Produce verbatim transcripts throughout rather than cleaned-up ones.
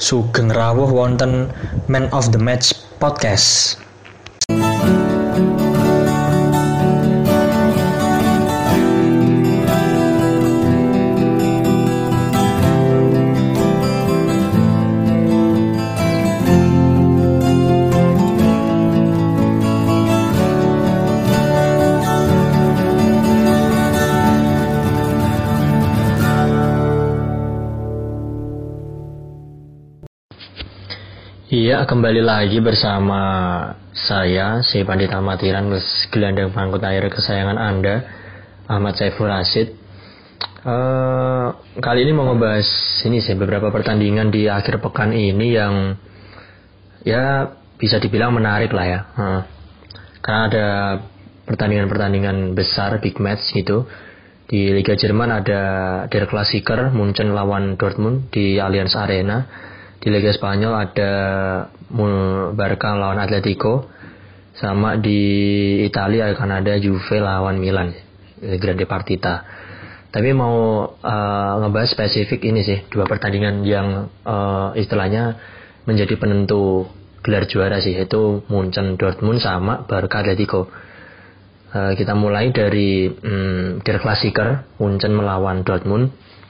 Sugeng rawuh wonten Man of the Match Podcast. Iya, kembali lagi bersama saya, si Pandit Amatiran, gelandang pangkut air kesayangan Anda, Ahmad Saiful Rashid. Uh, kali ini mau ngebahas ini sih beberapa pertandingan di akhir pekan ini yang ya bisa dibilang menarik lah ya. Uh, karena ada pertandingan-pertandingan besar, big match gitu. Di Liga Jerman ada Der Klassiker Munchen lawan Dortmund di Allianz Arena. Di Liga Spanyol ada Barca lawan Atletico, sama di Italia akan ada Juve lawan Milan, Grande Partita. Tapi mau uh, ngebahas spesifik ini sih, dua pertandingan yang uh, istilahnya menjadi penentu gelar juara sih, yaitu Munchen Dortmund sama Barca Atletico. Uh, kita mulai dari um, Der Klassiker Munchen melawan Dortmund.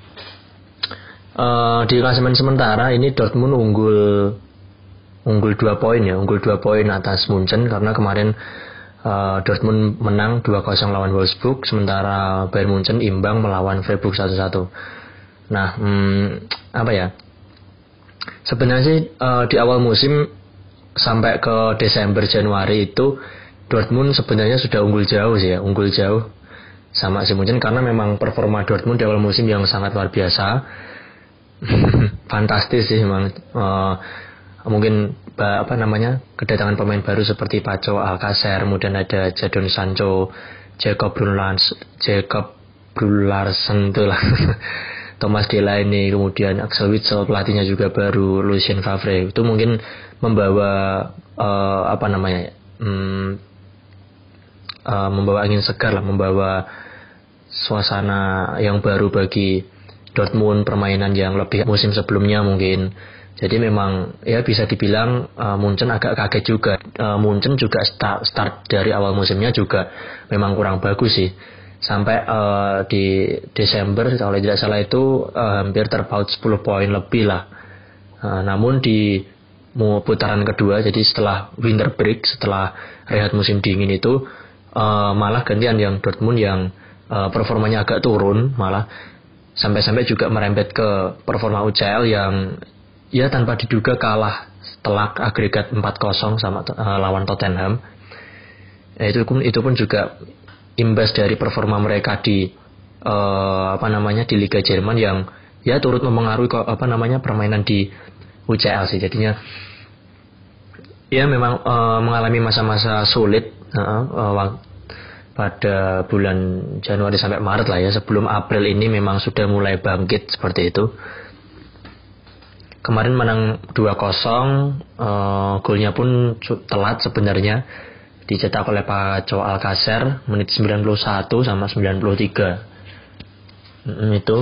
Uh, di klasemen sementara ini Dortmund unggul unggul dua poin ya, unggul dua poin atas Munchen karena kemarin uh, Dortmund menang dua kosong lawan Wolfsburg, sementara Bayern Munchen imbang melawan Freiburg satu satu. Nah, hmm, apa ya? Sebenarnya sih uh, di awal musim sampai ke Desember Januari itu Dortmund sebenarnya sudah unggul jauh sih ya, unggul jauh sama si Munchen karena memang performa Dortmund di awal musim yang sangat luar biasa. Fantastis sih memang. Uh, mungkin ba, apa namanya kedatangan pemain baru seperti Paco Alcacer, kemudian ada Jadon Sancho, Jacob Brunlans, Jacob Brunlarsen tuh lah, Thomas Delaney, kemudian Axel Witsel, pelatihnya juga baru Lucien Favre. Itu mungkin membawa uh, apa namanya um, uh, membawa angin segar lah, membawa suasana yang baru bagi Dortmund, permainan yang lebih musim sebelumnya mungkin. Jadi memang ya bisa dibilang uh, Munchen agak kaget juga. Uh, Munchen juga start, start dari awal musimnya juga memang kurang bagus sih. Sampai uh, di Desember kalau tidak salah itu uh, hampir terpaut sepuluh poin lebih lah. Uh, namun di putaran kedua, jadi setelah winter break, setelah rehat musim dingin itu uh, malah gantian yang Dortmund yang uh, performanya agak turun malah. Sampai-sampai juga merembet ke performa U C L yang ya tanpa diduga kalah telak agregat empat kosong sama uh, lawan Tottenham. Ya, itu pun itu pun juga imbas dari performa mereka di uh, apa namanya di Liga Jerman yang ya turut mempengaruhi kok apa namanya permainan di U C L sih. Jadinya ya memang uh, mengalami masa-masa sulit uh, uh, pada bulan Januari sampai Maret lah ya, sebelum April ini memang sudah mulai bangkit seperti itu. Kemarin menang dua kosong, uh, golnya pun telat sebenarnya, dicetak oleh Paco Alcacer menit sembilan puluh satu sama sembilan puluh tiga. Hmm, itu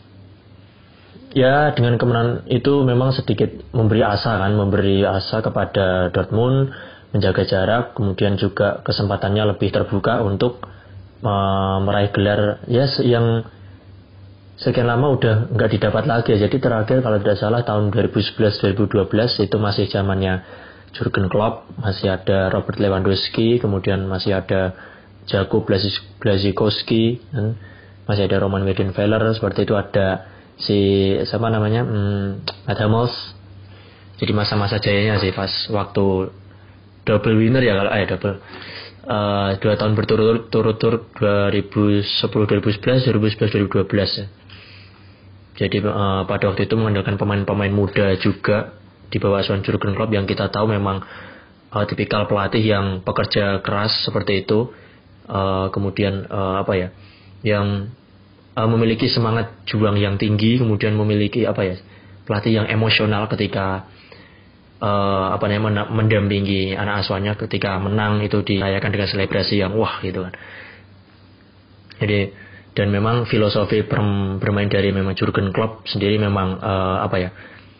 ya dengan kemenangan itu memang sedikit memberi asa kan, memberi asa kepada Dortmund, menjaga jarak, kemudian juga kesempatannya lebih terbuka untuk uh, meraih gelar ya yang sekian lama udah nggak didapat lagi. Jadi terakhir kalau tidak salah tahun dua ribu sebelas dua ribu dua belas itu masih zamannya Jurgen Klopp, masih ada Robert Lewandowski, kemudian masih ada Jakub Błaszczykowski, masih ada Roman Weidenfeller, seperti itu ada si siapa namanya hmm, Matt Hummels. Jadi masa-masa jayanya sih pas waktu double winner ya kalau eh double uh, dua tahun berturut-turut turut-turut dua ribu sepuluh dua ribu sebelas dua ribu sebelas dua ribu dua belas ya. Jadi uh, pada waktu itu mengandalkan pemain-pemain muda juga di bawah asuhan Jurgen Klopp yang kita tahu memang uh, tipikal pelatih yang pekerja keras seperti itu, uh, kemudian uh, apa ya yang uh, memiliki semangat juang yang tinggi, kemudian memiliki apa ya pelatih yang emosional ketika Uh, apa namanya mendampingi anak asuhannya ketika menang itu dirayakan dengan selebrasi yang wah gitu kan. Jadi dan memang filosofi bermain dari memang Jurgen Klopp sendiri memang uh, apa ya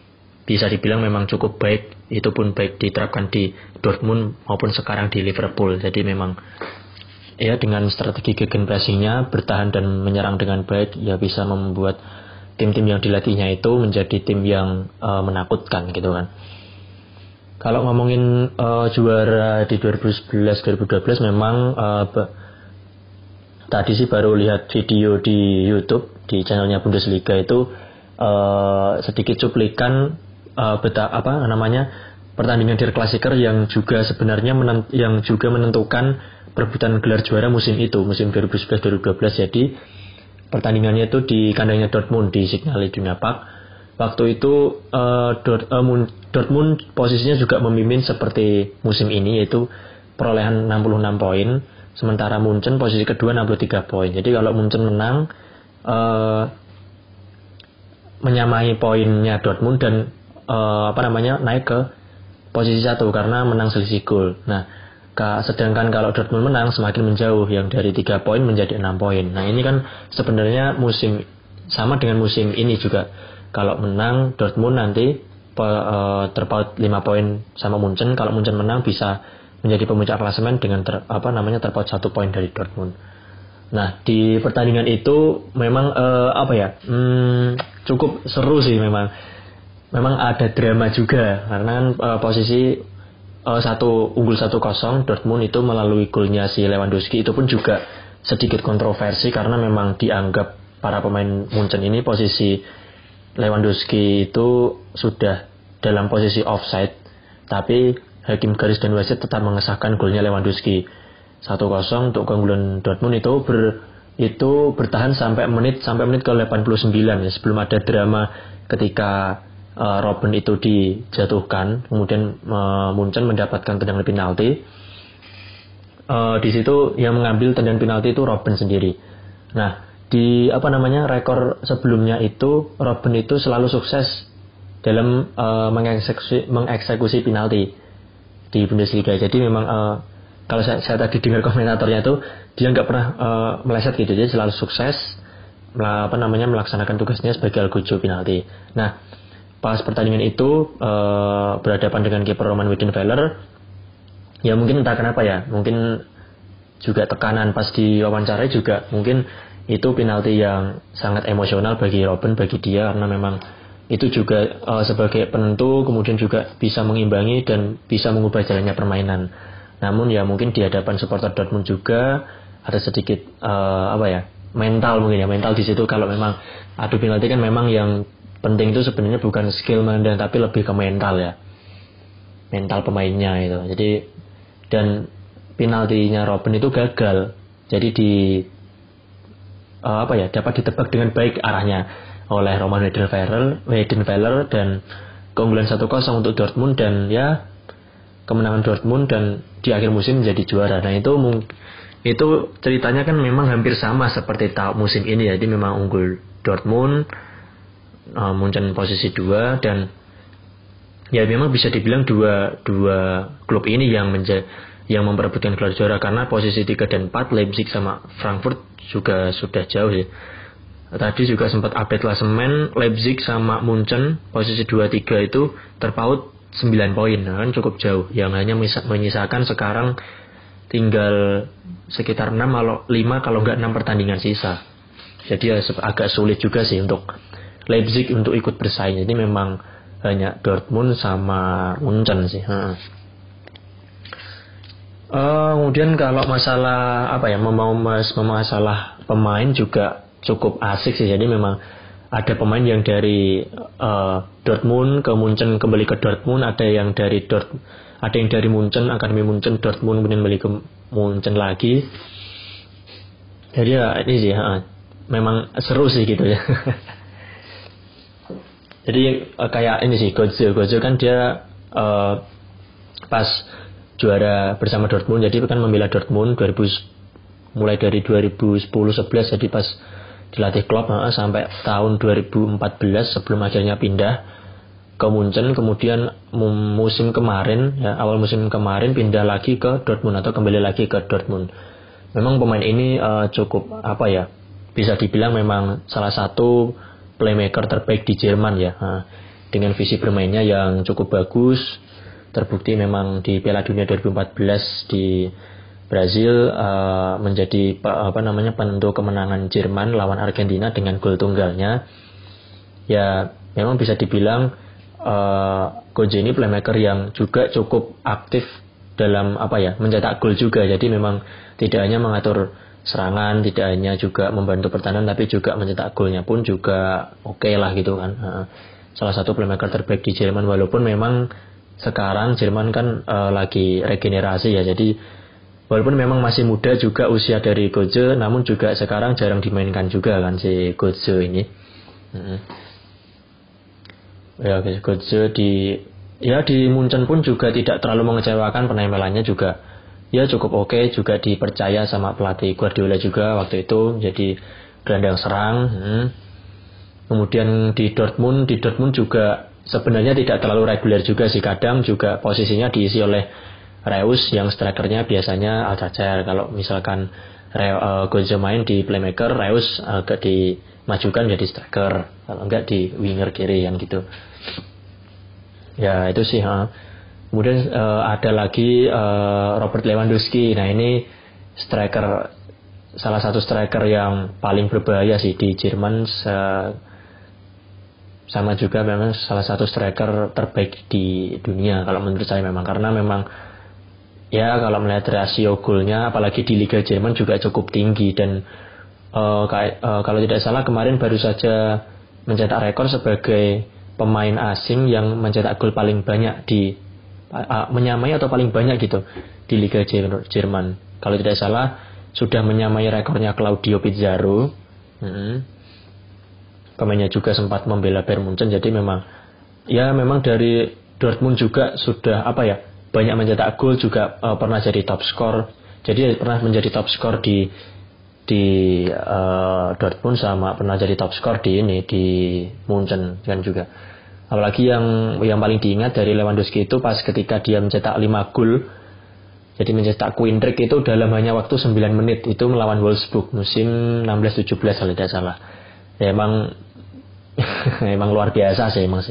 bisa dibilang memang cukup baik, itu pun baik diterapkan di Dortmund maupun sekarang di Liverpool. Jadi memang ya dengan strategi gegenpressingnya bertahan dan menyerang dengan baik ya bisa membuat tim-tim yang dilatihnya itu menjadi tim yang uh, menakutkan gitu kan. Kalau ngomongin uh, juara di dua ribu sebelas dua ribu dua belas memang uh, be- tadi sih baru lihat video di YouTube di channelnya Bundesliga itu uh, sedikit cuplikan uh, beta apa namanya pertandingan Der Klassiker yang juga sebenarnya menent- yang juga menentukan perebutan gelar juara musim itu, musim dua ribu sebelas dua ribu dua belas. Jadi pertandingannya itu di kandangnya Dortmund di Signal Iduna Park. Waktu itu uh, Dort, uh, Dortmund posisinya juga memimpin seperti musim ini, yaitu perolehan enam puluh enam poin, sementara Munchen posisi kedua enam puluh tiga poin. Jadi kalau Munchen menang uh, menyamai poinnya Dortmund dan uh, apa namanya naik ke posisi satu karena menang selisih gol. Nah, sedangkan kalau Dortmund menang semakin menjauh, yang dari tiga poin menjadi enam poin. Nah, ini kan sebenarnya musim sama dengan musim ini juga. Kalau menang Dortmund nanti pe, uh, terpaut lima poin sama Munchen. Kalau Munchen menang bisa menjadi pemuncak klasemen dengan ter, apa namanya terpaut satu poin dari Dortmund. Nah, di pertandingan itu memang uh, apa ya hmm, cukup seru sih memang. Memang ada drama juga karena kan uh, posisi uh, satu unggul satu kosong Dortmund itu melalui golnya si Lewandowski, itu pun juga sedikit kontroversi karena memang dianggap para pemain Munchen ini posisi Lewandowski itu sudah dalam posisi offside, tapi hakim garis dan wasit tetap mengesahkan golnya Lewandowski satu kosong untuk keunggulan Dortmund itu ber, itu bertahan sampai menit sampai menit ke delapan puluh sembilan ya, sebelum ada drama ketika uh, Robben itu dijatuhkan, kemudian uh, Munchen mendapatkan tendangan penalti. Uh, di situ yang mengambil tendangan penalti itu Robben sendiri. Nah, di apa namanya rekor sebelumnya itu Robben itu selalu sukses dalam uh, mengeksekusi mengeksekusi penalti di Bundesliga. Jadi memang uh, kalau saya, saya tadi dengar komentatornya itu dia nggak pernah uh, meleset gitu, dia selalu sukses apa namanya melaksanakan tugasnya sebagai algojo penalti. Nah, pas pertandingan itu uh, berhadapan dengan kiper Roman Weidenfeller, ya mungkin entah kenapa ya, mungkin juga tekanan pas diwawancara juga mungkin itu penalti yang sangat emosional bagi Robben, bagi dia, karena memang itu juga uh, sebagai penentu, kemudian juga bisa mengimbangi dan bisa mengubah jalannya permainan. Namun ya mungkin di hadapan supporter Dortmund juga ada sedikit uh, apa ya mental mungkin ya mental di situ. Kalau memang adu penalti kan memang yang penting itu sebenarnya bukan skill dan tapi lebih ke mental ya, mental pemainnya itu. Jadi dan penaltinya Robben itu gagal, jadi di Uh, apa ya dapat ditebak dengan baik arahnya oleh Roman Weidenfeller, Weidenfeller dan keunggulan satu kosong untuk Dortmund dan ya kemenangan Dortmund dan di akhir musim menjadi juara. Nah, itu itu ceritanya kan memang hampir sama seperti tahun musim ini, jadi memang unggul Dortmund, uh, Munchen posisi dua, dan ya memang bisa dibilang dua dua klub ini yang menjadi yang memperebutkan gelar juara, karena posisi tiga dan empat Leipzig sama Frankfurt juga sudah jauh ya. Tadi juga sempat update klasemen, Leipzig sama Munchen posisi dua tiga itu terpaut sembilan poin, nah, kan cukup jauh. Yang hanya menyisakan sekarang tinggal sekitar enam kalau lima kalau enggak enam pertandingan sisa. Jadi ya agak sulit juga sih untuk Leipzig untuk ikut bersaing. Jadi memang hanya Dortmund sama Munchen sih. Ha. Uh, kemudian kalau masalah apa ya mau masalah pemain juga cukup asik sih. Jadi memang ada pemain yang dari uh, Dortmund ke Munchen kembali ke Dortmund, ada yang dari Dort ada yang dari Munchen, Akademi Munchen, Dortmund kemudian kembali ke Munchen lagi. Jadi ya ini sih uh, memang seru sih gitu ya. Jadi uh, kayak ini sih Götze Götze kan dia uh, pas juara bersama Dortmund, jadi kan membela Dortmund dua ribu mulai dari dua ribu sepuluh sebelas, jadi pas dilatih Klopp nah, sampai tahun dua ribu empat belas sebelum akhirnya pindah ke Munchen, kemudian musim kemarin ya, awal musim kemarin pindah lagi ke Dortmund atau kembali lagi ke Dortmund. Memang pemain ini uh, cukup apa ya bisa dibilang memang salah satu playmaker terbaik di Jerman ya. Nah, dengan visi bermainnya yang cukup bagus. Terbukti memang di Piala Dunia dua ribu empat belas di Brazil uh, menjadi apa namanya penentu kemenangan Jerman lawan Argentina dengan gol tunggalnya. Ya memang bisa dibilang uh, Götze ini playmaker yang juga cukup aktif dalam apa ya mencetak gol juga. Jadi memang tidak hanya mengatur serangan, tidak hanya juga membantu pertahanan, tapi juga mencetak golnya pun juga oke okay lah gitu kan. Uh, salah satu playmaker terbaik di Jerman, walaupun memang sekarang Jerman kan uh, lagi regenerasi ya. Jadi walaupun memang masih muda juga usia dari Götze, namun juga sekarang jarang dimainkan juga kan si Götze ini. Hmm. Ya, Götze di ya di Munchen pun juga tidak terlalu mengecewakan, penempelannya juga ya cukup oke, okay, juga dipercaya sama pelatih Guardiola juga waktu itu jadi gelandang serang. Hmm. Kemudian di Dortmund, di Dortmund juga sebenarnya tidak terlalu reguler juga sih, kadang juga posisinya diisi oleh Reus yang strikernya biasanya Alcacer. Kalau misalkan uh, Götze main di playmaker, Reus agak dimajukan jadi striker, kalau enggak di winger kiri yang gitu. Ya itu sih. Ha. Kemudian uh, ada lagi uh, Robert Lewandowski. Nah ini striker, salah satu striker yang paling berbahaya sih di Jerman. Se- sama juga memang salah satu striker terbaik di dunia kalau menurut saya memang, karena memang ya kalau melihat rasio golnya apalagi di Liga Jerman juga cukup tinggi. Dan uh, kayak, uh, kalau tidak salah kemarin baru saja mencetak rekor sebagai pemain asing yang mencetak gol paling banyak di uh, menyamai atau paling banyak gitu di Liga Jerman. Kalau tidak salah sudah menyamai rekornya Claudio Pizarro. hmm. Pemainnya juga sempat membela Bayern Munchen. Jadi memang ya memang dari Dortmund juga sudah apa ya banyak mencetak gol, juga uh, pernah jadi top skor. Jadi pernah menjadi top skor di di uh, Dortmund, sama pernah jadi top skor di ini di Munchen kan juga. Apalagi yang yang paling diingat dari Lewandowski itu pas ketika dia mencetak lima gol. Jadi mencetak queen trick itu dalam hanya waktu sembilan menit, itu melawan Wolfsburg musim enam belas tujuh belas kalau tidak salah. Ya emang emang luar biasa sih emang sih.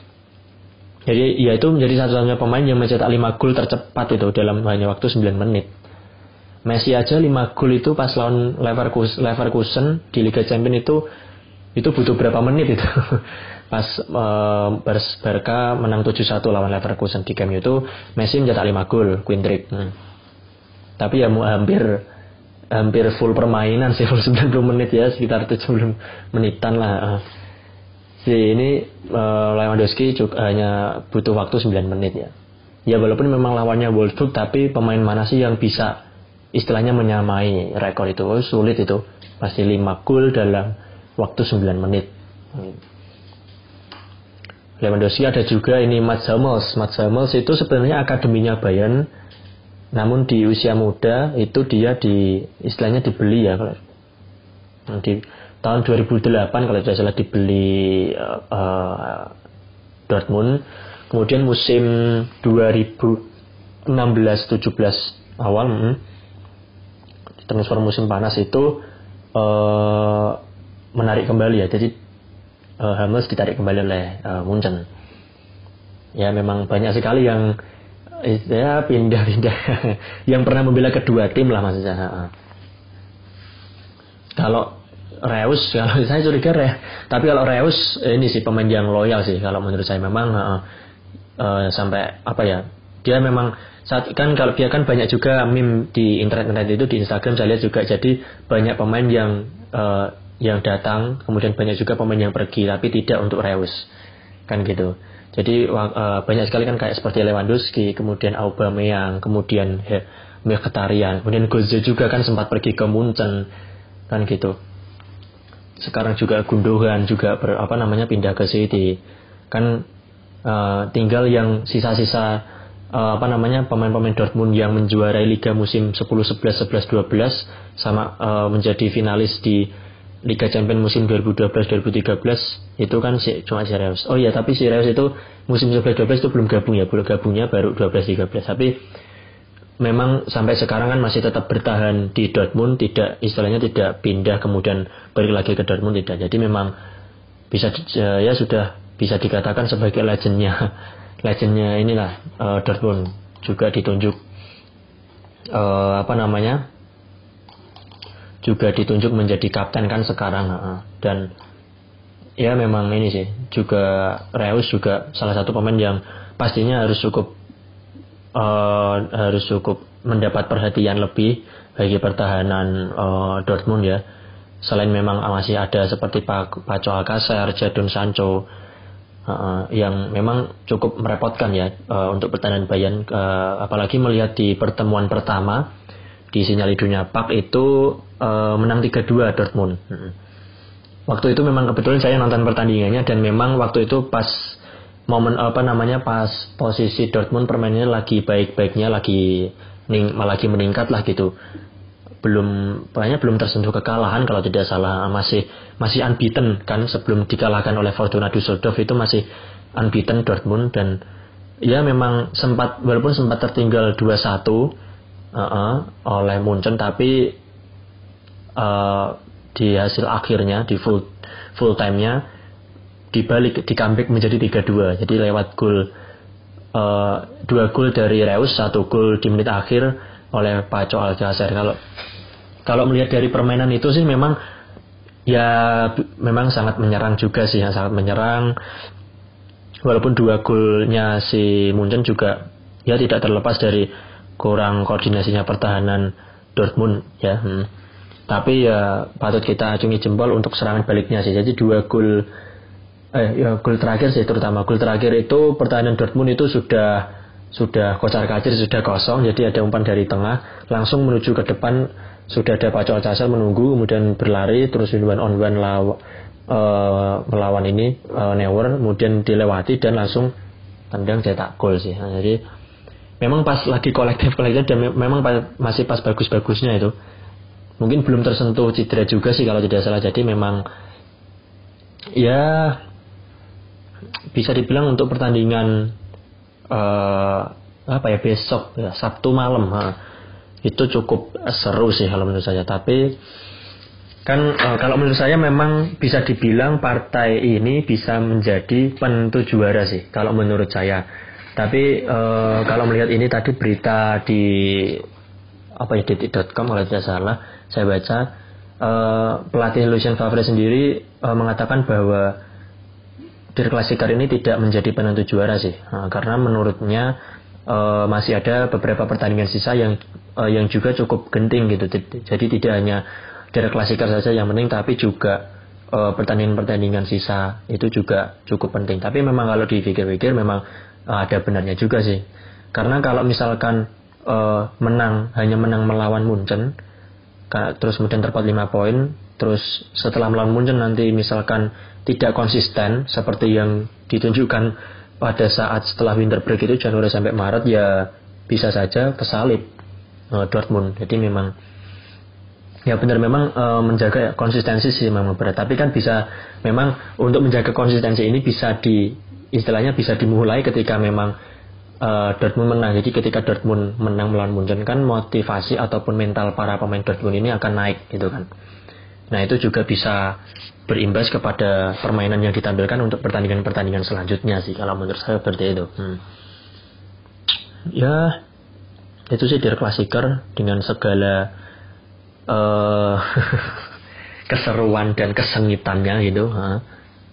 Jadi ya itu menjadi satu-satunya pemain yang mencetak lima gol tercepat itu dalam hanya waktu sembilan menit. Messi aja lima gol itu pas lawan Leverkusen, Leverkusen di Liga Champions itu itu butuh berapa menit itu. Pas uh, Barca menang tujuh satu lawan Leverkusen di Camp Nou itu Messi mencetak lima gol queen trick. Hmm. Tapi ya hampir hampir full permainan sih, full sembilan puluh menit ya, sekitar tujuh puluh menitan lah. Uh. Si ini uh, Lewandowski juga hanya butuh waktu sembilan menit ya. Ya walaupun memang lawannya Wolfsburg, tapi pemain mana sih yang bisa istilahnya menyamai rekor itu? Oh, sulit itu. Pasti lima gol dalam waktu sembilan menit. Lewandowski ada juga ini Mats Hummels. Mats Hummels itu sebenarnya akademinya Bayern, namun di usia muda itu dia di istilahnya dibeli ya, kalau di tahun dua ribu delapan kalau tidak salah dibeli uh, uh, Dortmund. Kemudian musim dua ribu enam belas tujuh belas awal hmm, transfer musim panas itu uh, menarik kembali ya. Jadi uh, Hummels ditarik kembali oleh uh, Munchen. Ya memang banyak sekali yang ya pindah-pindah yang pernah membela kedua tim lah maksudnya. Kalau Reus, kalau saya curiga Reus, tapi kalau Reus ini sih pemain yang loyal sih kalau menurut saya memang uh, uh, sampai apa ya, dia memang saat kan kalau dia kan banyak juga meme di internet-internet itu, di Instagram saya lihat juga, jadi banyak pemain yang uh, yang datang, kemudian banyak juga pemain yang pergi, tapi tidak untuk Reus kan gitu. Jadi uh, banyak sekali kan kayak seperti Lewandowski, kemudian Aubameyang, kemudian he, Mkhitaryan, kemudian Götze juga kan sempat pergi ke Munchen kan gitu. Sekarang juga Gundogan juga ber, apa namanya pindah ke City kan. Uh, tinggal yang sisa-sisa uh, apa namanya pemain-pemain Dortmund yang menjuarai Liga musim sepuluh sebelas sebelas dua belas sama uh, menjadi finalis di Liga Champions musim dua ribu dua belas dua ribu tiga belas itu kan si, cuma si Reus. Oh iya, tapi si Reus itu musim sebelas dua belas itu belum gabung ya, belum gabungnya baru dua belas tiga belas. Tapi memang sampai sekarang kan masih tetap bertahan di Dortmund, tidak istilahnya tidak pindah kemudian balik lagi ke Dortmund, tidak. Jadi memang bisa ya sudah bisa dikatakan sebagai legendnya legendnya inilah uh, Dortmund, juga ditunjuk uh, apa namanya juga ditunjuk menjadi kapten kan sekarang, uh, dan ya memang ini sih juga Reus juga salah satu pemain yang pastinya harus cukup uh, harus cukup mendapat perhatian lebih bagi pertahanan uh, Dortmund ya. Selain memang masih ada seperti Paco Alcacer, Jadon Sancho uh, yang memang cukup merepotkan ya uh, untuk pertahanan Bayern, uh, apalagi melihat di pertemuan pertama di Sinyal Iduna Park itu uh, menang tiga dua Dortmund. Uh. Waktu itu memang kebetulan saya nonton pertandingannya, dan memang waktu itu pas momen apa namanya pas posisi Dortmund permainannya lagi baik-baiknya, lagi ning, lagi meningkat lah gitu. Belum banyak belum tersentuh kekalahan kalau tidak salah, masih masih unbeaten kan sebelum dikalahkan oleh Fortuna Düsseldorf, itu masih unbeaten Dortmund. Dan ya memang sempat walaupun sempat tertinggal dua satu uh-uh, oleh Munchen, tapi uh, di hasil akhirnya di full full time-nya dibalik di comeback menjadi tiga dua. Jadi lewat gol uh, dua gol dari Reus, satu gol di menit akhir oleh Paco Alcacer. Kalau kalau melihat dari permainan itu sih memang ya memang sangat menyerang juga sih, sangat menyerang. Walaupun dua golnya si Munchen juga ya tidak terlepas dari kurang koordinasinya pertahanan Dortmund ya. Hmm. Tapi ya patut kita acungi jempol untuk serangan baliknya sih. Jadi dua gol eh ya gol terakhir sih, terutama gol terakhir itu pertahanan Dortmund itu sudah sudah kocar-kacir, sudah kosong. Jadi ada umpan dari tengah langsung menuju ke depan, sudah ada Paco Alcacer menunggu, kemudian berlari terus one on one law, uh, melawan ini uh, Neuer, kemudian dilewati dan langsung tendang cetak gol sih. Nah, jadi memang pas lagi kolektif-kolektif dan me- memang pas, masih pas bagus-bagusnya itu. Mungkin belum tersentuh cedera juga sih kalau tidak salah. Jadi memang ya bisa dibilang untuk pertandingan uh, apa ya besok ya, Sabtu malam ha, itu cukup seru sih kalau menurut saya. Tapi kan uh, kalau menurut saya memang bisa dibilang partai ini bisa menjadi penentu juara sih kalau menurut saya. Tapi uh, kalau melihat ini tadi berita di apa ya detik dot com kalau tidak salah saya baca, uh, pelatih Lucien Favre sendiri uh, mengatakan bahwa Der Klassiker ini tidak menjadi penentu juara sih, uh, karena menurutnya uh, masih ada beberapa pertandingan sisa yang uh, yang juga cukup genting gitu. Jadi tidak hanya Der Klassiker saja yang penting, tapi juga uh, pertandingan-pertandingan sisa itu juga cukup penting. Tapi memang kalau dipikir-pikir memang uh, ada benarnya juga sih, karena kalau misalkan uh, menang hanya menang melawan Munchen, terus kemudian terpaut lima poin, terus setelah melawan Munchen nanti misalkan tidak konsisten seperti yang ditunjukkan pada saat setelah winter break itu Januari sampai Maret, ya bisa saja kesalip uh, Dortmund. Jadi memang ya benar memang uh, menjaga konsistensi sih memang berat, tapi kan bisa memang untuk menjaga konsistensi ini bisa di istilahnya bisa dimulai ketika memang Uh, Dortmund menang. Jadi ketika Dortmund menang melawan Munchen kan motivasi ataupun mental para pemain Dortmund ini akan naik gitu kan. Nah itu juga bisa berimbas kepada permainan yang ditampilkan untuk pertandingan-pertandingan selanjutnya sih kalau menurut saya seperti itu. Hmm. Ya itu sih Der Klassiker dengan segala uh, keseruan dan kesengitannya gitu. Ha.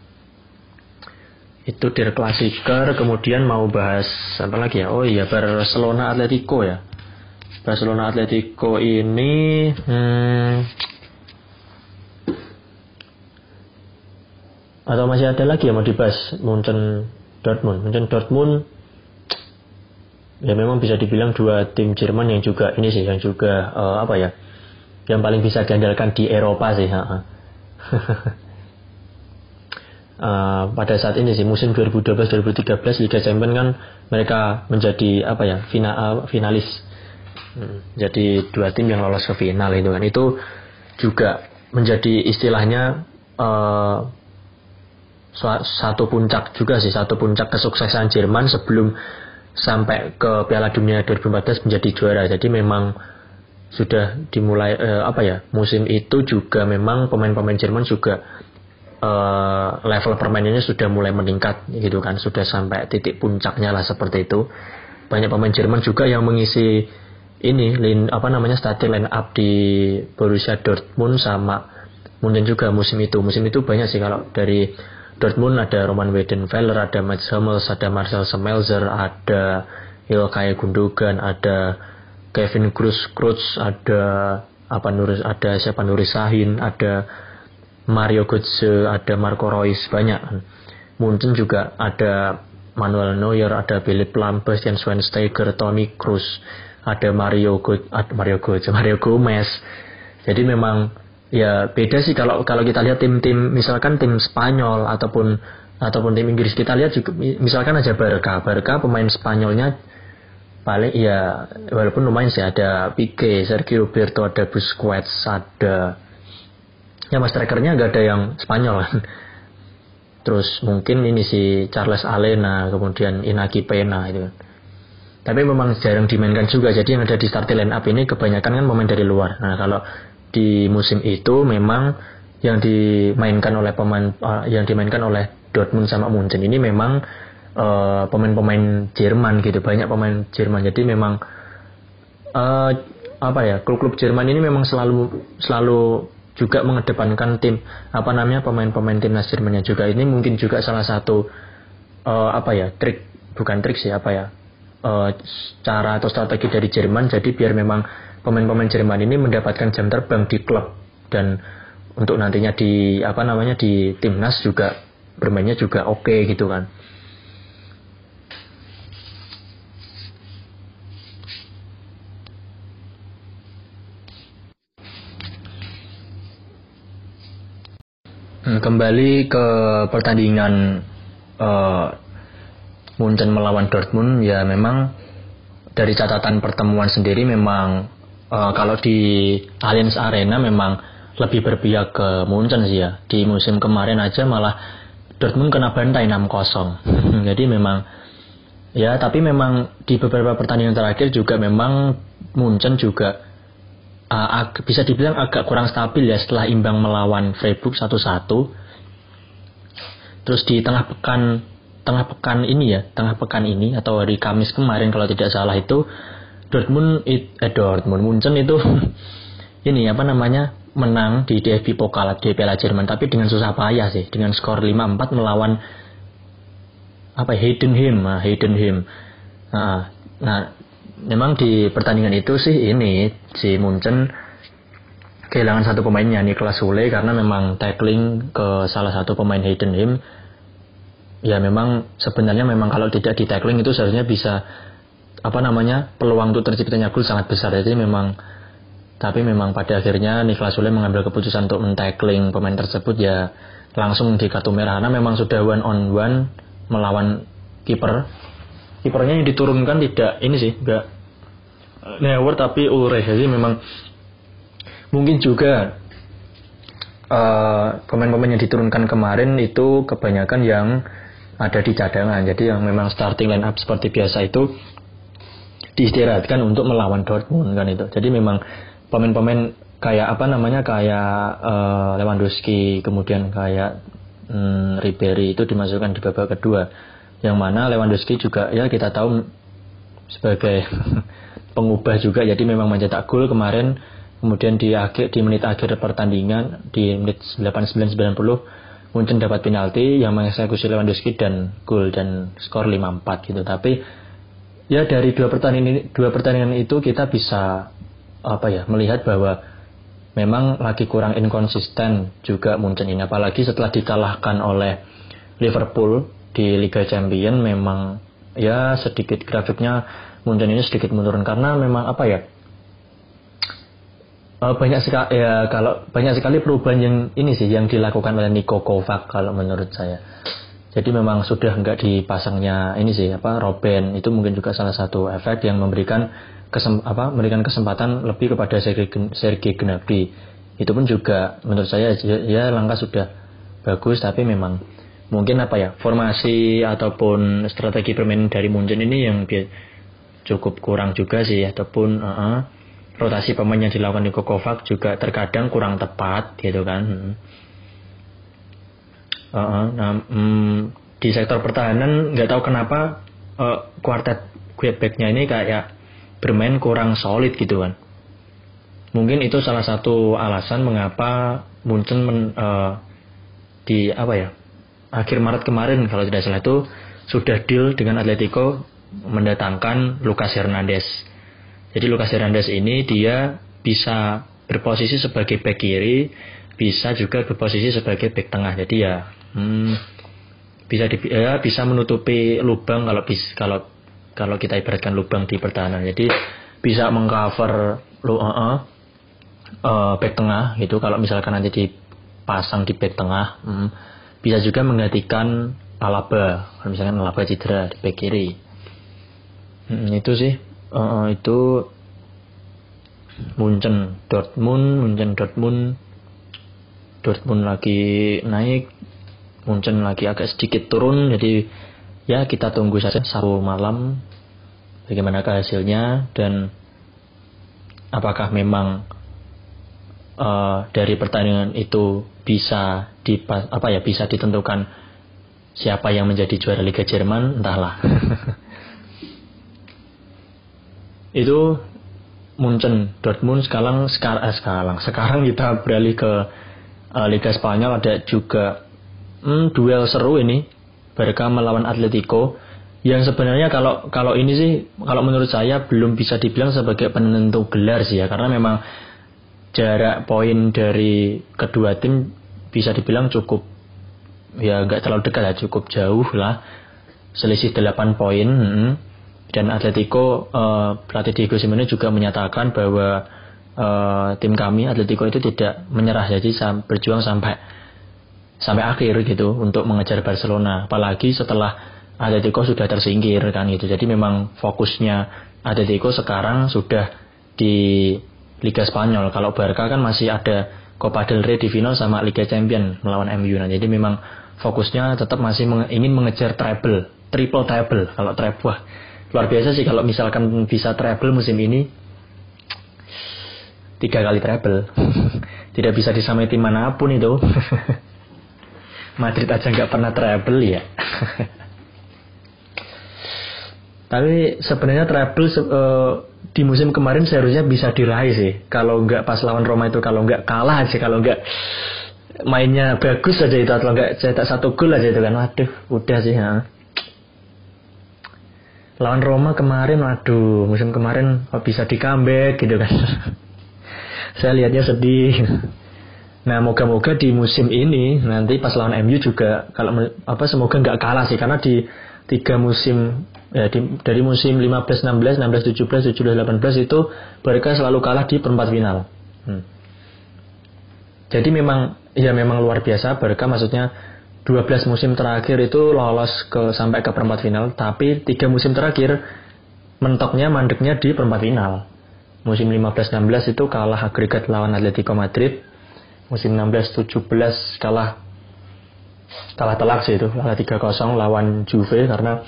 Itu Der Klassiker. Kemudian mau bahas apa lagi ya? Oh iya, Barcelona Atletico ya. Barcelona Atletico ini hmm, atau masih ada lagi ya mau dibahas? Munchen Dortmund. Munchen Dortmund ya memang bisa dibilang dua tim Jerman yang juga ini sih, yang juga uh, apa ya, yang paling bisa diandalkan di Eropa sih. Uh, pada saat ini sih musim dua ribu dua belas dua ribu tiga belas Liga Champions kan mereka menjadi apa ya final, uh, finalis. Hmm, jadi dua tim yang lolos ke final itu kan, itu juga menjadi istilahnya uh, satu puncak juga sih, satu puncak kesuksesan Jerman sebelum sampai ke Piala Dunia dua ribu empat belas menjadi juara. Jadi memang sudah dimulai uh, apa ya musim itu juga memang pemain-pemain Jerman juga uh, level permainannya sudah mulai meningkat gitu kan, sudah sampai titik puncaknya lah seperti itu. Banyak pemain Jerman juga yang mengisi ini lin, apa namanya starting line up di Borussia Dortmund sama Munchen juga musim itu. Musim itu banyak sih, kalau dari Dortmund ada Roman Weidenfeller, ada Mats Hummels, ada Marcel Schmelzer, ada Ilkay Gundogan, ada Kevin Kruse, ada apa Nuris, ada siapa Nuri Sahin, ada Mario Götze, ada Marco Reus, banyak. Munchen juga ada Manuel Neuer, ada Philipp Lahm, Bastian Schweinsteiger, Toni Kroos, ada Mario Go, Mario Götze, Mario Gomez. Jadi memang ya beda sih kalau kalau kita lihat tim-tim, misalkan tim Spanyol ataupun ataupun tim Inggris, kita lihat juga misalkan aja Barca. Barca pemain Spanyolnya paling ya walaupun lumayan sih, ada Pique, Sergio Roberto, ada Busquets, ada ya mas strikernya nggak ada yang Spanyol kan. Terus mungkin ini si Charles Alena, kemudian Inaki Pena itu. Tapi memang jarang dimainkan juga. Jadi yang ada di starting line up ini kebanyakan kan pemain dari luar. Nah kalau di musim itu memang yang dimainkan oleh pemain uh, yang dimainkan oleh Dortmund sama Munchen ini memang uh, pemain-pemain Jerman gitu, banyak pemain Jerman. Jadi memang uh, apa ya, klub-klub Jerman ini memang selalu selalu juga mengedepankan tim apa namanya pemain-pemain timnas Jermannya juga. Ini mungkin juga salah satu uh, apa ya trik, bukan trik sih, apa ya uh, cara atau strategi dari Jerman. Jadi biar memang pemain-pemain Jerman ini mendapatkan jam terbang di klub, dan untuk nantinya di apa namanya di timnas juga bermainnya juga oke okay, gitu kan. Kembali ke pertandingan uh, Munchen melawan Dortmund, ya memang dari catatan pertemuan sendiri memang uh, kalau di Allianz Arena memang lebih berpihak ke Munchen sih ya. Di musim kemarin aja malah Dortmund kena bantai enam kosong. Jadi memang ya, tapi memang di beberapa pertandingan terakhir juga memang Munchen juga uh, ag- bisa dibilang agak kurang stabil ya, setelah imbang melawan Freiburg satu satu. Terus di tengah pekan tengah pekan ini ya, tengah pekan ini atau hari Kamis kemarin kalau tidak salah itu Dortmund it, eh Dortmund Munchen itu ini apa namanya menang di D F B Pokal di Piala Jerman, tapi dengan susah payah sih, dengan skor lima empat melawan apa Heidenheim, nah, Heidenheim. Nah, nah, memang di pertandingan itu sih ini si Munchen kehilangan satu pemainnya, Niklas Süle, karena memang tackling ke salah satu pemain Heidenheim. Ya memang sebenarnya memang kalau tidak di tackling itu seharusnya bisa apa namanya peluang untuk terciptanya gol sangat besar. Jadi memang tapi memang pada akhirnya Niklas Süle mengambil keputusan untuk men-tackling pemain tersebut, ya langsung di kartu merah karena memang sudah one on one melawan kiper. Kipernya yang diturunkan tidak ini sih, enggak Neuer tapi Ulreich. Jadi memang mungkin juga uh, pemain-pemain yang diturunkan kemarin itu kebanyakan yang ada di cadangan. Jadi yang memang starting line up seperti biasa itu diistirahatkan untuk melawan Dortmund kan itu. Jadi memang pemain-pemain kayak apa namanya kayak uh, Lewandowski, kemudian kayak hmm, Ribery itu dimasukkan di babak kedua, yang mana Lewandowski juga ya kita tahu sebagai pengubah juga, jadi memang mencetak gol kemarin. Kemudian di akhir di menit akhir pertandingan di menit delapan puluh sembilan sembilan puluh Munchen dapat penalti yang mengeksekusi Lewandowski dan gol dan skor lima empat gitu. Tapi ya dari dua pertandingan dua pertandingan itu kita bisa apa ya melihat bahwa memang lagi kurang inkonsisten juga Munchen ini, apalagi setelah dikalahkan oleh Liverpool di Liga Champions. Memang ya sedikit grafiknya Munchen ini sedikit menurun karena memang apa ya banyak sekali ya kalau banyak sekali perubahan yang ini sih yang dilakukan oleh Niko Kovac kalau menurut saya. Jadi memang sudah enggak dipasangnya ini sih apa Robben, itu mungkin juga salah satu efek yang memberikan Kesem, apa, memberikan kesempatan lebih kepada Sergei Gnabry. Itu pun juga menurut saya ya langkah sudah bagus, tapi memang mungkin apa ya formasi ataupun strategi permainan dari Munchen ini yang cukup kurang juga sih, ataupun uh-uh, rotasi pemain yang dilakukan Niko Kovac juga terkadang kurang tepat gitu kan. Uh, nah, mm, di sektor pertahanan nggak tahu kenapa uh, kuartet back-nya ini kayak bermain kurang solid gitu kan. Mungkin itu salah satu alasan mengapa Munchen men, uh, di apa ya akhir Maret kemarin kalau tidak salah itu sudah deal dengan Atletico mendatangkan Lucas Hernandez. Jadi Lucas Hernandez ini dia bisa berposisi sebagai back kiri, bisa juga berposisi sebagai back tengah. Jadi ya hmm, bisa di, ya, bisa menutupi lubang kalau bis, kalau kalau kita ibaratkan lubang di pertahanan. Jadi bisa mengcover lu uh, uh, uh, back tengah gitu. Kalau misalkan nanti dipasang di back tengah, hmm, bisa juga menggantikan Alaba. Kalau misalkan Alaba cedera di back kiri. Hmm, itu sih uh, itu Munchen Dortmund, Munchen Dortmund, Dortmund lagi naik, Munchen lagi agak sedikit turun. Jadi ya kita tunggu saja Sabtu malam bagaimana hasilnya dan apakah memang uh, dari pertandingan itu bisa di apa ya bisa ditentukan siapa yang menjadi juara Liga Jerman, entahlah. Itu Munchen, Dortmund. Sekarang sekarang eh, sekarang sekarang kita beralih ke uh, Liga Spanyol. Ada juga hmm, duel seru ini, Barca melawan Atletico. Yang sebenarnya kalau kalau ini sih kalau menurut saya belum bisa dibilang sebagai penentu gelar sih ya, karena memang jarak poin dari kedua tim bisa dibilang cukup ya nggak terlalu dekat ya, cukup jauh lah, selisih delapan poin. Hmm. Dan Atletico, uh, pelatih Diego Simeone juga menyatakan bahwa uh, tim kami Atletico itu tidak menyerah, jadi sam- berjuang sampai sampai akhir gitu untuk mengejar Barcelona. Apalagi setelah Atletico sudah tersingkir kan gitu. Jadi memang fokusnya Atletico sekarang sudah di Liga Spanyol. Kalau Barca kan masih ada Copa del Rey di final sama Liga Champions melawan M U. Nah, jadi memang fokusnya tetap masih menge- ingin mengejar treble, triple treble. Kalau treble wah, luar biasa sih kalau misalkan bisa treble musim ini, tiga kali treble. Tidak bisa disamai tim manapun itu. Madrid aja nggak pernah treble ya. Tapi sebenarnya treble uh, di musim kemarin seharusnya bisa diraih sih. Kalau nggak pas lawan Roma itu, kalau nggak kalah aja, kalau nggak mainnya bagus aja itu, atau nggak cetak satu gol aja itu kan, waduh, udah sih ya. Lawan Roma kemarin, waduh, musim kemarin kok bisa di comeback gitu kan. Saya lihatnya sedih. Nah, moga-moga di musim ini nanti pas lawan M U juga kalau apa semoga nggak kalah sih, karena di tiga musim ya di, dari musim lima belas enam belas, enam belas tujuh belas, tujuh belas delapan belas itu mereka selalu kalah di perempat final. Hmm. Jadi memang ya memang luar biasa Barca, maksudnya dua belas musim terakhir itu lolos ke sampai ke perempat final, tapi tiga musim terakhir mentoknya mandeknya di perempat final. Musim lima belas enam belas itu kalah agregat lawan Atletico Madrid. Musim enam belas tujuh belas kalah kalah telak sih itu, kalah tiga kosong lawan Juve karena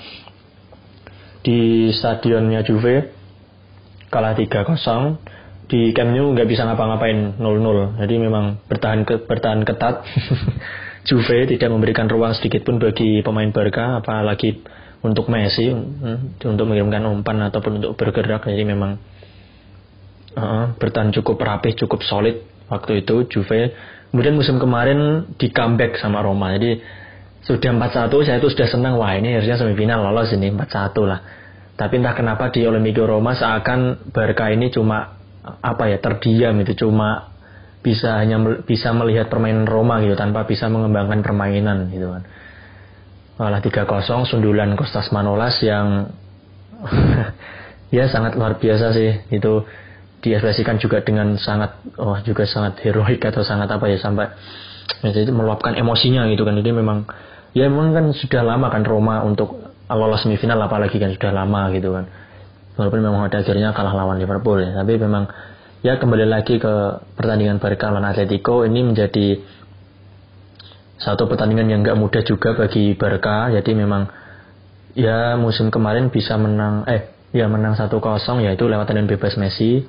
di stadionnya Juve kalah tiga kosong, di Camp Nou nggak bisa ngapa-ngapain nol nol. Jadi memang bertahan ke, bertahan ketat. Juve tidak memberikan ruang sedikit pun bagi pemain Barca, apalagi untuk Messi hmm, untuk mengirimkan umpan ataupun untuk bergerak. Jadi memang uh, bertahan cukup rapih, cukup solid waktu itu Juve. Kemudian musim kemarin di comeback sama Roma. Jadi sudah empat satu, saya itu sudah senang, wah ini harusnya semifinal lolos ini empat satu lah. Tapi entah kenapa di Olimpico Roma seakan Barca ini cuma apa ya terdiam itu, cuma bisa hanya bisa melihat permainan Roma gitu tanpa bisa mengembangkan permainan gitu kan. Malah tiga kosong sundulan Kostas Manolas yang ya sangat luar biasa sih, itu diekspresikan juga dengan sangat oh juga sangat heroik atau sangat apa ya sampai ya, jadi meluapkan emosinya gitu kan. Jadi memang ya memang kan sudah lama kan Roma untuk lolos semifinal, apalagi kan sudah lama gitu kan, walaupun memang pada akhirnya kalah lawan Liverpool ya. Tapi memang ya kembali lagi ke pertandingan Barca lawan Atletico, ini menjadi satu pertandingan yang gak mudah juga bagi Barca. Jadi memang ya musim kemarin bisa menang eh ya menang satu kosong, yaitu lewat tendangan bebas Messi.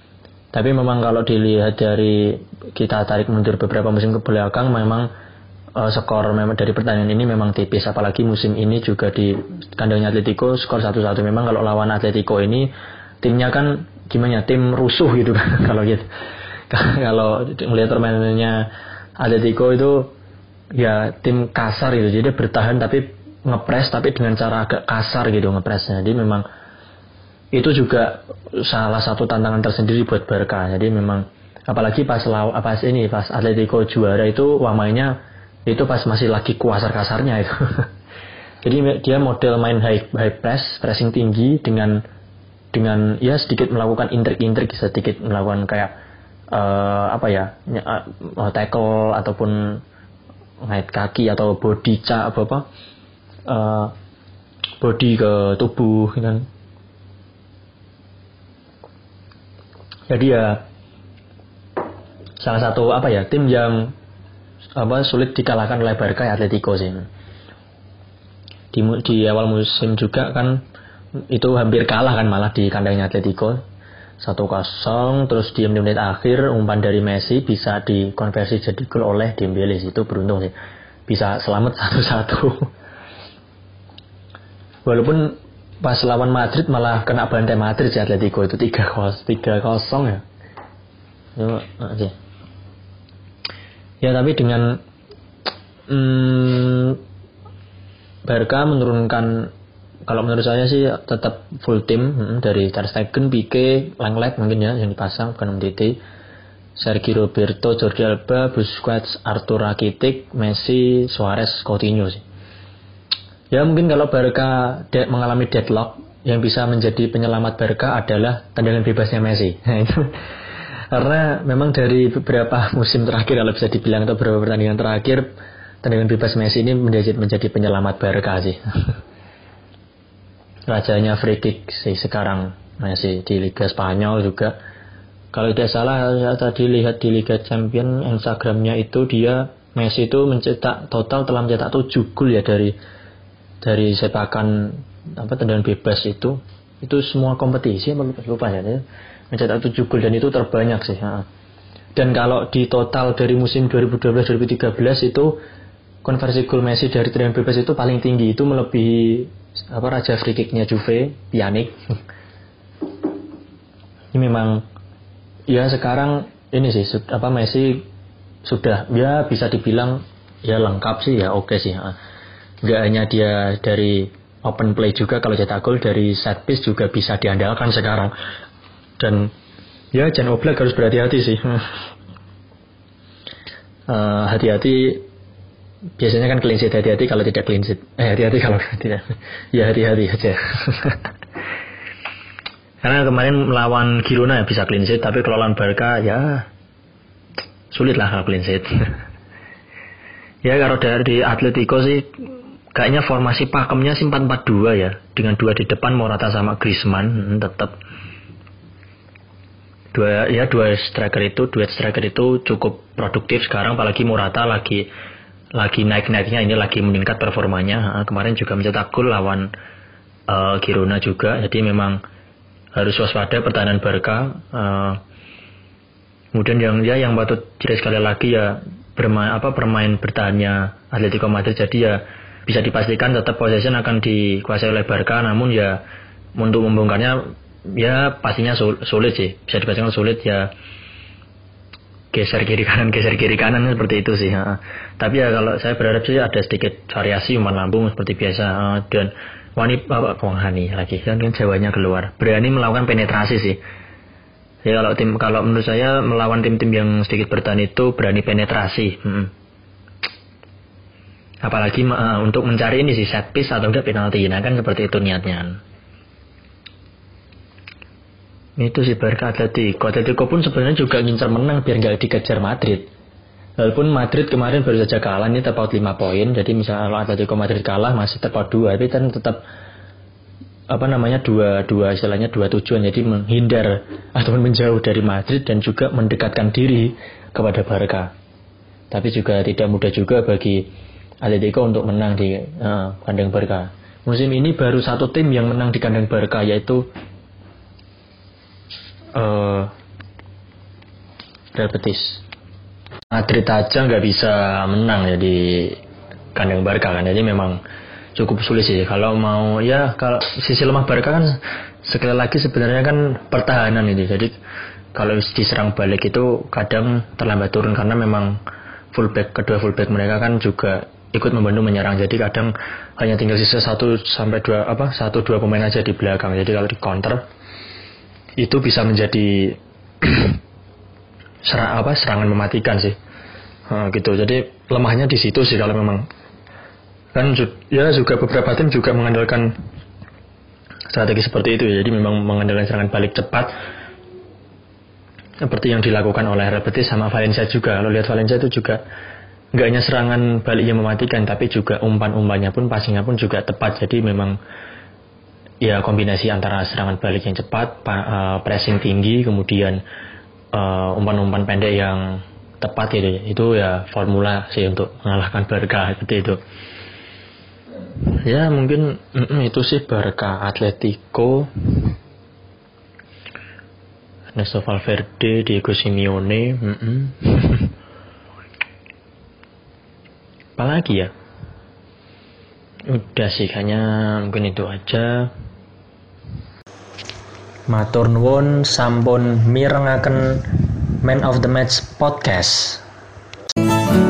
Tapi memang kalau dilihat dari kita tarik mundur beberapa musim ke belakang, memang uh, skor memang dari pertandingan ini memang tipis, apalagi musim ini juga di kandangnya Atletico skor satu satu. Memang kalau lawan Atletico ini timnya kan gimana, tim rusuh gitu kan kalau gitu. Kalau melihat permainannya Atletico itu ya tim kasar gitu, jadi bertahan tapi ngepres tapi dengan cara agak kasar gitu ngepresnya. Jadi memang itu juga salah satu tantangan tersendiri buat Barca. Jadi memang apalagi pas law, pas ini pas Atletico juara itu wah mainnya itu pas masih lagi kasar-kasarnya itu. Jadi dia model main high high press, pressing tinggi dengan dengan ya sedikit melakukan intrik-intrik, sedikit melakukan kayak uh, apa ya uh, tackle ataupun ngait kaki atau body ca apa apa uh, body ke tubuh kan. Jadi ya salah satu apa ya tim yang apa sulit dikalahkan oleh Barca ya Atletico sih. Di, di awal musim juga kan itu hampir kalah kan malah di kandangnya Atletico satu kosong, terus di menit akhir umpan dari Messi bisa dikonversi jadi gol oleh Dembele. Itu beruntung sih bisa selamat satu satu. Walaupun pas lawan Madrid malah kena bantai Madrid si Atletico itu tiga kosong ya. Ya, aja. Ya tapi dengan hmm, Barca menurunkan, kalau menurut saya sih tetap full tim hmm, dari Ter Stegen, Pique, Lenglet mungkin ya yang dipasang, bukan M T T, Sergi Roberto, Jordi Alba, Busquets, Arthur Rakitic, Messi, Suarez, Coutinho sih. Ya mungkin kalau Barca de- mengalami deadlock, yang bisa menjadi penyelamat Barca adalah tendangan bebasnya Messi. Karena memang dari beberapa musim terakhir kalau bisa dibilang atau beberapa pertandingan terakhir, tendangan bebas Messi ini menjadi menjadi penyelamat Barca sih. Rajanya free kick sih sekarang Messi di Liga Spanyol juga. Kalau tidak salah saya tadi lihat di Liga Champions Instagramnya itu dia Messi itu mencetak total telah mencetak tujuh gol ya dari dari sepakan apa tendangan bebas itu. Itu semua kompetisi lupa, lupa ya. Mencetak tujuh gol dan itu terbanyak sih. Dan kalau di total dari musim dua ribu dua belas dua ribu tiga belas itu konversi gol Messi dari tendangan bebas itu paling tinggi, itu melebihi apa raja free kicknya Juve, Pjanic. Ini memang ya sekarang ini sih apa Messi sudah ya bisa dibilang ya lengkap sih ya, oke sih. Nggak hanya dia dari open play juga kalau cetak gol, dari set piece juga bisa diandalkan sekarang. Dan ya Jan Oblak harus berhati-hati sih. uh, hati-hati biasanya kan clean sheet, hati-hati kalau tidak clean sheet. Eh hati-hati kalau tidak. Ya hati-hati aja. Karena kemarin melawan Girona ya bisa clean sheet, tapi kalau lawan Barca ya sulit lah kalau clean sheet. Ya kalau dari Atletico sih kayaknya formasi pakemnya sih empat empat dua ya, dengan dua di depan Morata sama Griezmann. hmm, tetap dua ya dua striker itu duet striker itu cukup produktif sekarang, apalagi Morata lagi lagi naik-naiknya, ini lagi meningkat performanya. Kemarin juga mencetak gol lawan uh, Girona juga. Jadi memang harus waspada pertahanan Barca. Uh, kemudian yang ya yang patut dilihat sekali lagi ya bermain apa permain bertahannya Atletico Madrid. Jadi ya bisa dipastikan tetap possession akan dikuasai oleh Barca, namun ya untuk membongkarnya ya pastinya sulit sih, bisa dipastikan sulit ya, geser kiri kanan geser kiri kanan seperti itu sih. Ha. Tapi ya kalau saya berharap sih ada sedikit variasi umpan lambung seperti biasa. Ha. Dan wani apa Wani lagi kan kan Jawanya keluar, berani melakukan penetrasi sih. Ya kalau tim kalau menurut saya melawan tim-tim yang sedikit bertahan itu berani penetrasi. Hmm. Apalagi uh, untuk mencari ini sih set piece atau enggak penalti, nah kan seperti itu niatnya. Itu sih Barca Atletico. Atletico pun sebenarnya juga ngincer menang biar nggak dikejar Madrid. Walaupun Madrid kemarin baru saja kalah, ini terpaut lima poin. Jadi misalnya Atletico Madrid kalah masih terpaut dua, tapi kan tetap apa namanya dua dua istilahnya dua tujuan. Jadi menghindar ataupun menjauh dari Madrid dan juga mendekatkan diri kepada Barca. Tapi juga tidak mudah juga bagi Atletico untuk menang di uh, kandang Barca. Musim ini baru satu tim yang menang di kandang Barca, yaitu uh, Real Betis. Madrid aja nggak bisa menang ya di kandang Barca kan, jadi memang cukup sulit sih. Kalau mau ya, kalau sisi lemah Barca kan sekali lagi sebenarnya kan pertahanan itu. Jadi kalau diserang balik itu kadang terlambat turun karena memang fullback kedua fullback mereka kan juga ikut membantu menyerang. Jadi kadang hanya tinggal sisa satu sampai dua apa satu dua pemain aja di belakang. Jadi kalau di counter itu bisa menjadi serang apa serangan mematikan sih. Nah, gitu. Jadi lemahnya di situ sih kalau memang kan ya juga beberapa tim juga mengandalkan strategi seperti itu ya. Jadi memang mengandalkan serangan balik cepat seperti yang dilakukan oleh Real Betis sama Valencia juga. Kalau lihat Valencia itu juga nggak hanya serangan balik yang mematikan, tapi juga umpan-umpannya pun, passingnya pun juga tepat. Jadi memang ya kombinasi antara serangan balik yang cepat, uh, pressing tinggi, kemudian uh, umpan-umpan pendek yang tepat itu, itu ya formula sih untuk mengalahkan Barca seperti itu. Ya mungkin mm, itu sih Barca Atletico. Ernesto Valverde, Diego Simeone. Mm-mm. Apalagi ya? Udah sih kayaknya mungkin itu aja. Matur nuwun sampun mirengaken Man of the Match podcast.